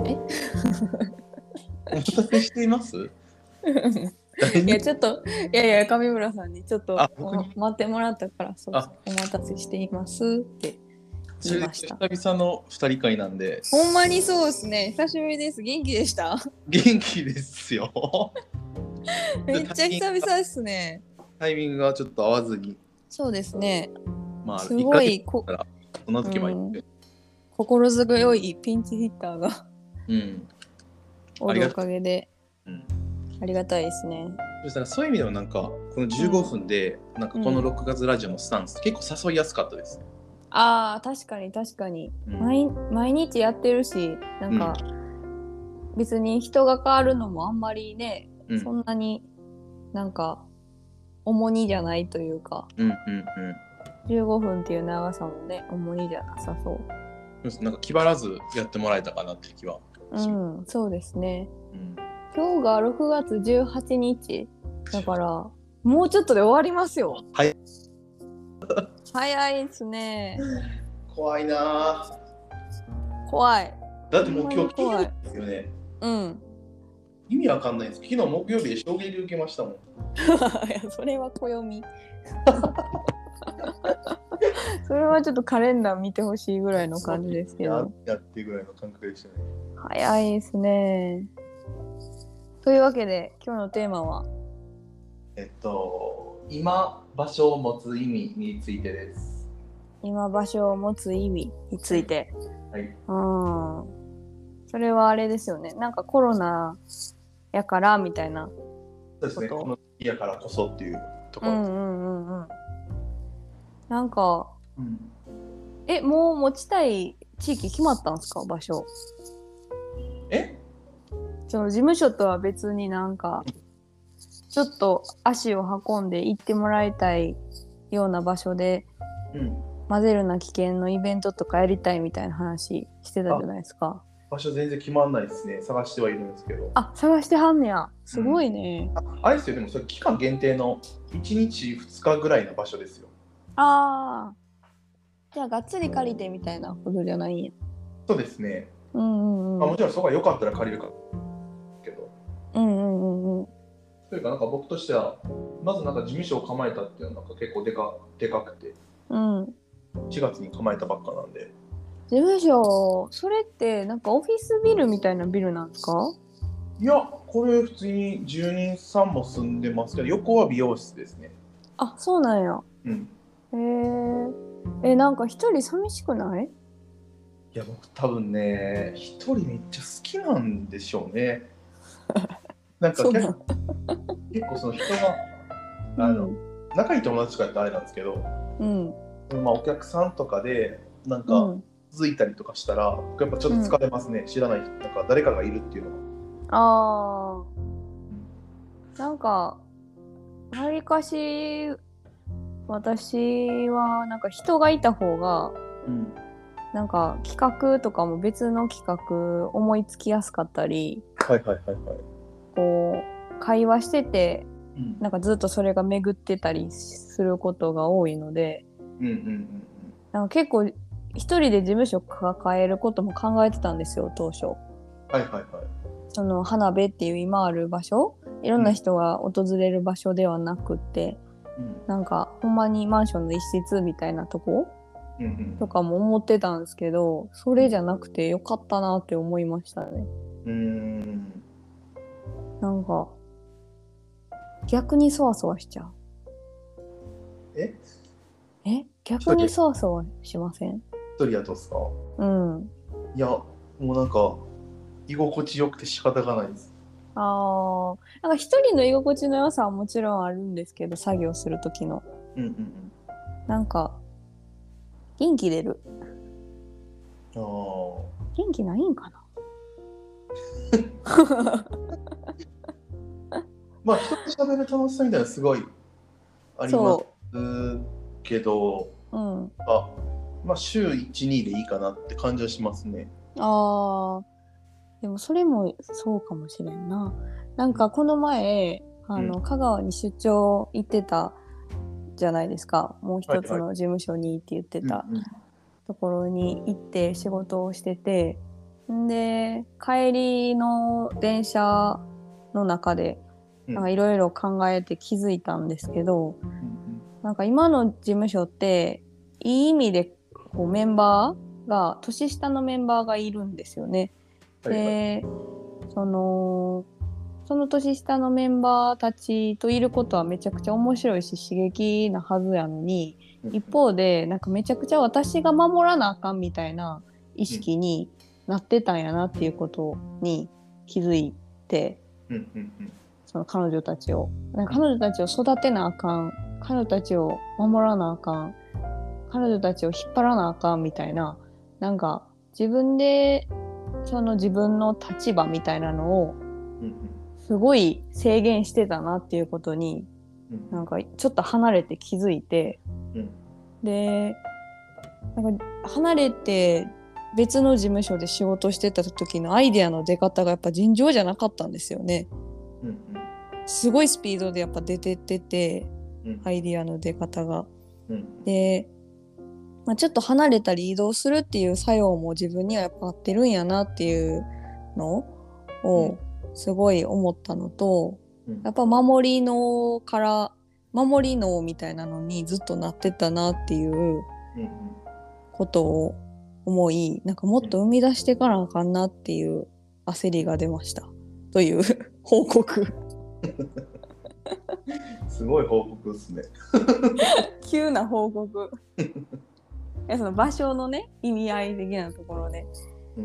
えお待たせしています？ いやちょっといやいや上村さんにちょっと僕に待ってもらったからそうあ、 お待たせしていますってそれで言いました。 久々の二人会なんでほんまにそうですね。久しぶりです。元気でした？ 元気ですよ。 めっちゃ久々ですね。 タイミングがちょっと合わずに、 そうですね。 まあす 1ヶ月ごいだからそんな時もありますよ。 心強いピンチヒッターがうん。 おるおかげでうん。 ありがたいですね。 そしたらそういう意味ではなんかこの15分でなんかこの6月ラジオのスタンス、結構誘いやすかったです。 ああ確かに確かに、毎日やってるしなんか、別に人が変わるのもあんまりね、そんなになんか重荷じゃないというか、15分っていう長さもね重荷じゃなさそう。 なんか気張らずやってもらえたかなって気は。 そうですね。今日が6月18日だからもうちょっとで終わりますよ。 はい。 早いですね。 怖いな。 怖い。 だってもう今日金曜日ですよね。意味わかんないです。昨日木曜日で衝撃受けましたもん。いやそれは暦。それはちょっとカレンダー見てほしいぐらいの感じですけど。 やってぐらいの感覚でしたね。 早いですね。というわけで今日のテーマは今場所を持つ意味についてです。 今場所を持つ意味について。 はい。 それはあれですよね。なんかコロナやからみたいな。 そうですね。この時やからこそっていうところ。 なんか、もう持ちたい地域決まったんですか、場所？その事務所とは別になんかちょっと足を運んで行ってもらいたいような場所で、混ぜるな危険のイベントとかやりたいみたいな話してたじゃないですか。 場所全然決まんないですね。探してはいるんですけど。 探してはんねや。すごいね。 あれですよ、でもそれ期間限定の1日2日ぐらいの場所ですよ。 じゃあがっつり借りてみたいなことじゃないんや。 そうですね。もちろんそこが良かったら借りるかけど。というかなんか僕としてはまずなんか事務所を構えたっていうのはなんか結構でかくて、4月に構えたばっかなんで。 事務所、それってなんかオフィスビルみたいなビルなんですか？ いや、これ普通に住人さんも住んでますけど、横は美容室ですね。 そうなんや。なんか一人寂しくない？ いや、僕多分ね、一人めっちゃ好きなんでしょうね。なんか結構その人が仲いい友達とかやったらあれなんですけど、お客さんとかでなんか続いたりとかしたら、やっぱちょっと疲れますね。知らない人、なんか誰かがいるっていうのは。 なんかわりかし私はなんか人がいた方が、なんか企画とかも別の企画思いつきやすかったり、こう会話してて、なんかずっとそれが巡ってたりすることが多いので、なんか結構一人で事務所抱えることも考えてたんですよ、当初。その花部っていう今ある場所、いろんな人が訪れる場所ではなくって、なんかほんまにマンションの一室みたいなとことかも思ってたんですけど、それじゃなくてよかったなって思いましたね。なんか逆にそわそわしちゃう。逆にそわそわしません？ 一人やとっすか？いや、もうなんか居心地よくて仕方がないです。 なんか一人の居心地の良さはもちろんあるんですけど、作業する時のなんか元気出る。元気ないんかな。 まあ人と喋る楽しさみたいなすごいありますけど、まあ週1、2でいいかなって感じはしますね。 でもそれもそうかもしれんな。なんかこの前香川に出張行ってたじゃないですか。もう一つの事務所にって言ってたところに行って仕事をしてて、 で帰りの電車の中でいろいろ考えて気づいたんですけど、なんか今の事務所っていい意味でこうメンバーが年下のメンバーがいるんですよね。 はいはい、 でその年下のメンバーたちといることはめちゃくちゃ面白いし刺激なはずやのに、一方でなんかめちゃくちゃ私が守らなあかんみたいな意識になってたんやなっていうことに気づいて、その彼女たちを育てなあかん、彼女たちを守らなあかん、彼女たちを引っ張らなあかんみたいな、なんか自分でその自分の立場みたいなのをすごい制限してたなっていうことになんかちょっと離れて気づいて、でなんか離れて別の事務所で仕事してた時のアイデアの出方がやっぱ尋常じゃなかったんですよね。すごいスピードでやっぱ出てってて、アイデアの出方が。で、ちょっと離れたり移動するっていう作用も自分にはやっぱ合ってるんやなっていうのをすごい思ったのと、やっぱ守り脳みたいなのにずっとなってたなっていうことを思い、なんかもっと生み出していかなあかんなっていう焦りが出ましたという報告。 すごい報告ですね。 急な報告。その場所のね、意味合い的なところで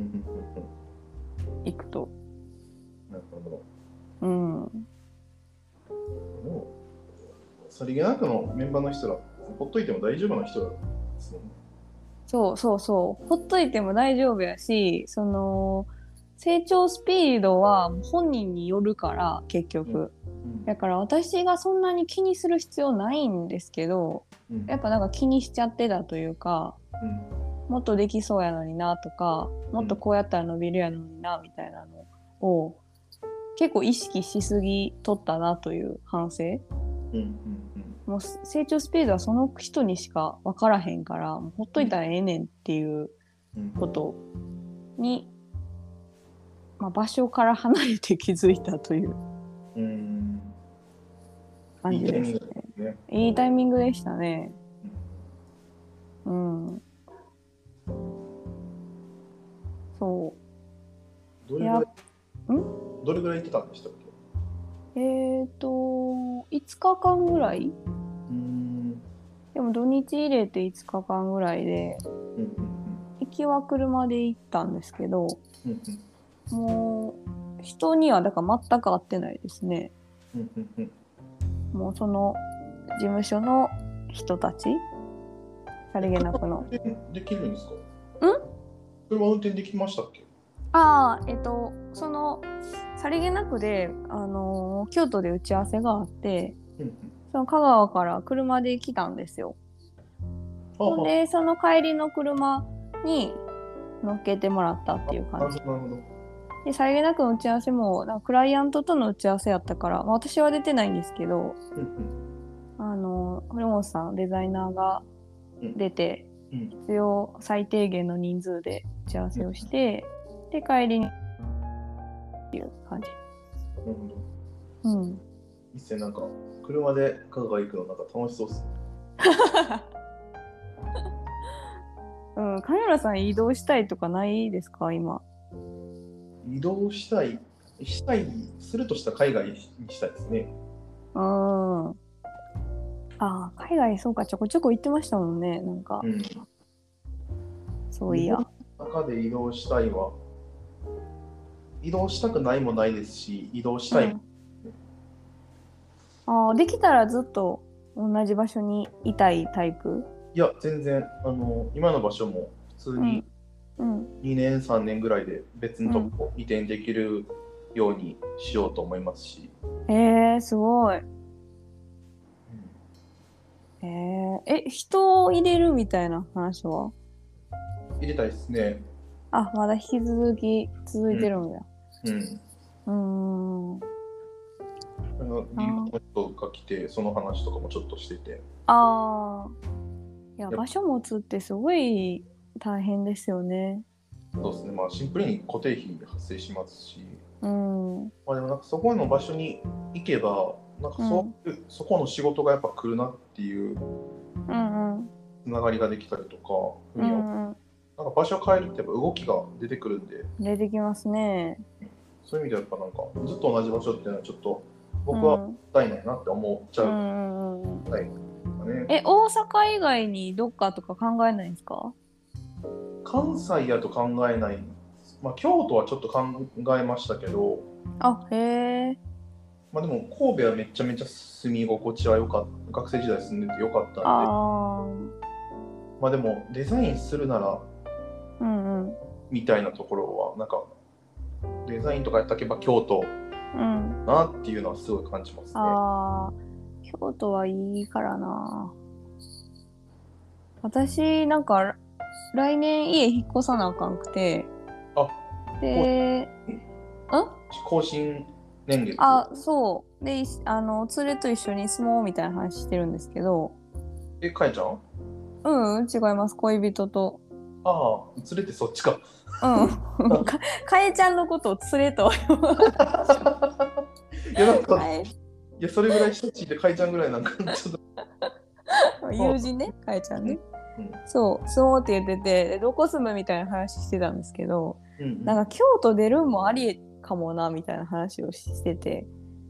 行くと。 なるほど。 もうさりげなくのメンバーの人らほっといても大丈夫な人らですもんね。 そうほっといても大丈夫やし、その成長スピードは本人によるから結局、だから私がそんなに気にする必要ないんですけど、やっぱなんか気にしちゃってたというか、もっとできそうやのになとか、もっとこうやったら伸びるやのになみたいなのを結構意識しすぎとったなという反省。もう成長スピードはその人にしか分からへんから、もうほっといたらええねんっていうことに、場所から離れて気づいたという感じですね。いいタイミングでしたね。そう。 どれぐらい行ってたんでしたっけ ？5日間ぐらい？でも土日入れて5日間ぐらいで、行きは車で行ったんですけど、もう人にはだから全く会ってないですね。もうその事務所の人たち、さりげなくの。 できるんですか？車運転できましたっけ？ そのさりげなくで、京都で打ち合わせがあって、その香川から車で来たんですよ。でその帰りの車に乗っけてもらったっていう感じ。でさりげなくの打ち合わせもなんかクライアントとの打ち合わせやったから、私は出てないんですけど、堀本さんデザイナーが出て、必要最低限の人数で打ち合わせをして、で帰りにっていう感じ。 一斉なんか車で香川行くのなんか楽しそうっすね。 金村さん移動したいとかないですか今？ 移動したいするとしたら海外にしたいですね。 海外そうか、ちょこちょこ行ってましたもんね、なんか。そういや。 日本の中で移動したいは、移動したくないもないですし、移動したいも。できたらずっと同じ場所にいたいタイプ？ いや、全然今の場所も普通に2年3年ぐらいで別のとこ移転できるようにしようと思いますし。 すごい。人を入れるみたいな話は？ 入れたいですね。 まだ引き続き続いてるんだ。 リモートが来てその話とかもちょっとしてて。 いや場所持つってすごい大変ですよね。 そうですね、まあシンプルに固定費発生しますし、 うん、 まあでもなんかそこの場所に行けば、なんかそういう、そこの仕事がやっぱ来るなっていうつながりができたりとか、ふうになんか場所を変えるってやっぱ動きが出てくるんで。 出てきますね。 そういう意味ではやっぱなんかずっと同じ場所っていうのはちょっと僕はもったいないなって思っちゃう。はい。 大阪以外にどっかとか考えないんですか？ 関西やと考えない。まあ京都はちょっと考えましたけど。 あ、へえ。 まあでも神戸はめちゃめちゃ住み心地は良かった。学生時代住んでて良かったんで。まあでもデザインするなら、みたいなところはなんかデザインとかやったけば京都なっていうのはすごい感じますね。 京都はいいからな。私なんか来年家引っ越さなあかんくて。で、 更新年月。 そうで、連れと一緒に住もうみたいな話してるんですけど。 かえちゃん？ 違います。恋人と。 連れてそっちか。 かえちゃんのことを連れとは呼ばない。いやそれぐらい一つでかえちゃんぐらいなんかちょっと友人ね、かえちゃんね。そう住もうって言ってて、どこ住むみたいな話してたんですけど、なんか京都出るんもありかもなみたいな話をしてて、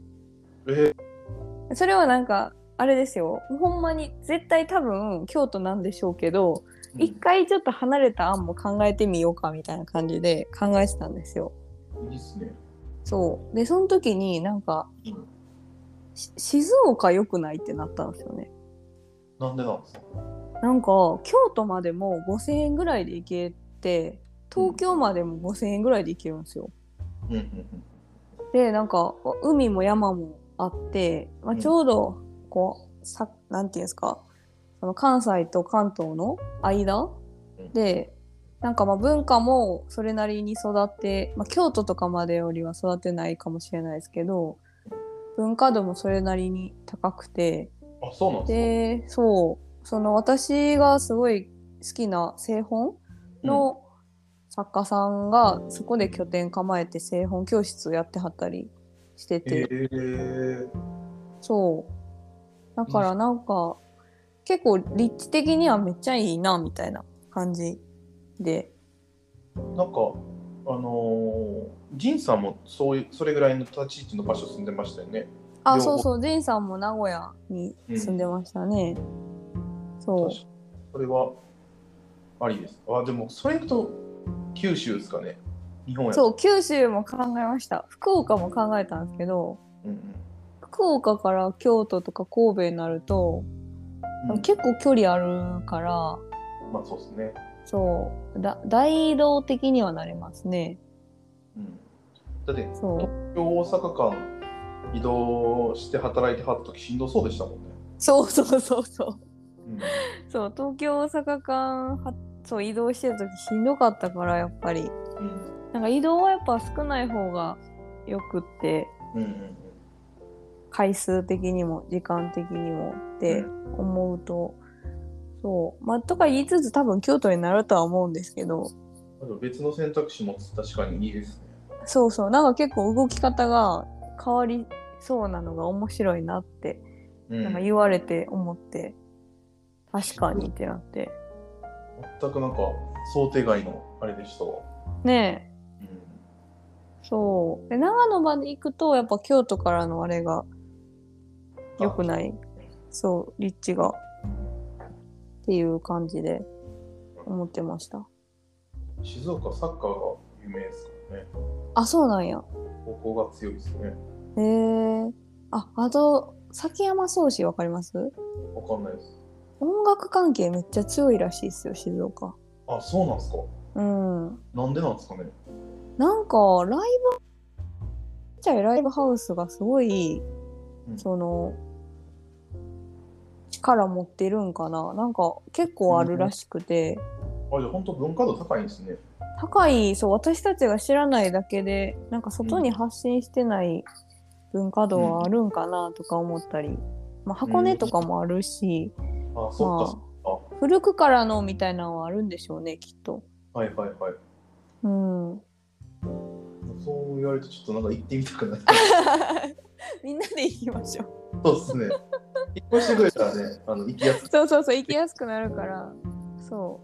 それはなんかあれですよ、ほんまに絶対多分京都なんでしょうけど、一回ちょっと離れた案も考えてみようかみたいな感じで考えてたんですよ。 いいっすね。 そうで、その時になんか、静岡良くないってなったんですよね。 なんでなんですか？ なんか京都までも5000円ぐらいで行けて、東京までも5000円ぐらいで行けるんですよ。でなんか海も山もあって、ちょうどこうなんていうんですか、その関西と関東の間で、なんか文化もそれなりに育って、京都とかまでよりは育ってないかもしれないですけど、文化度もそれなりに高くて。 そうなんですか？その私がすごい好きな製本の作家さんがそこで拠点構えて製本教室をやってはったりしてて、そうだからなんか結構立地的にはめっちゃいいなみたいな感じで、 なんか仁さんもそれぐらいの立ち位置の場所住んでましたよね。 そう仁さんも名古屋に住んでましたね。それはありです。でもそれと九州ですかね。日本やと。 そう、九州も考えました。福岡も考えたんですけど、福岡から京都とか神戸になると、結構距離あるから、 そうですね。 そう大移動的にはなりますね。 だって東京大阪間移動して働いてはった時しんどそうでしたもんね。 そう、東京大阪間移動してた時しんどかったから、やっぱり、なんか移動はやっぱ少ない方がよくって、回数的にも時間的にもって思うと、とか言いつつ多分京都になるとは思うんですけど、 別の選択肢も確かにいいですね。 なんか結構動き方が変わりそうなのが面白いなって、なんか言われて思って、確かにってなって、 全くなんか想定外のあれでしたわねえ。で長野まで行くとやっぱ京都からのあれが良くない、立地がっていう感じで思ってました。 静岡サッカーが有名ですからね。 そうなんや。 高校が強いですね。 あと崎山宗師わかります？ わかんないです。 音楽関係めっちゃ強いらしいですよ、静岡。 そうなんですか。なんでなんですかね。 なんかライブハウスがすごい、力持ってるんかな。なんか結構あるらしくて。 じゃあ本当文化度高いんですね。 高い。私たちが知らないだけで、なんか外に発信してない文化度はあるんかなとか思ったり、箱根とかもあるし、古くからのみたいなのはあるんでしょうね、きっと。 うん。 そう言われるとちょっとなんか行ってみたくなる。 みんなで行きましょう。 そうですね。引っ越してくれたらね、行きやすく。 そうそうそう、行きやすくなるから、そう、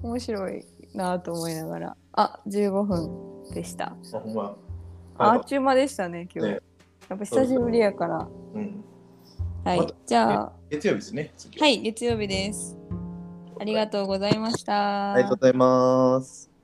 面白いなと思いながら。あ、15分でした。 あ、ほんま。 あっちゅう間でしたね、今日。 ね、 やっぱ久しぶりやから。 うん。 はい、じゃあ。 月曜日ですね、次は。 はい、月曜日です。ありがとうございました。 ありがとうございます。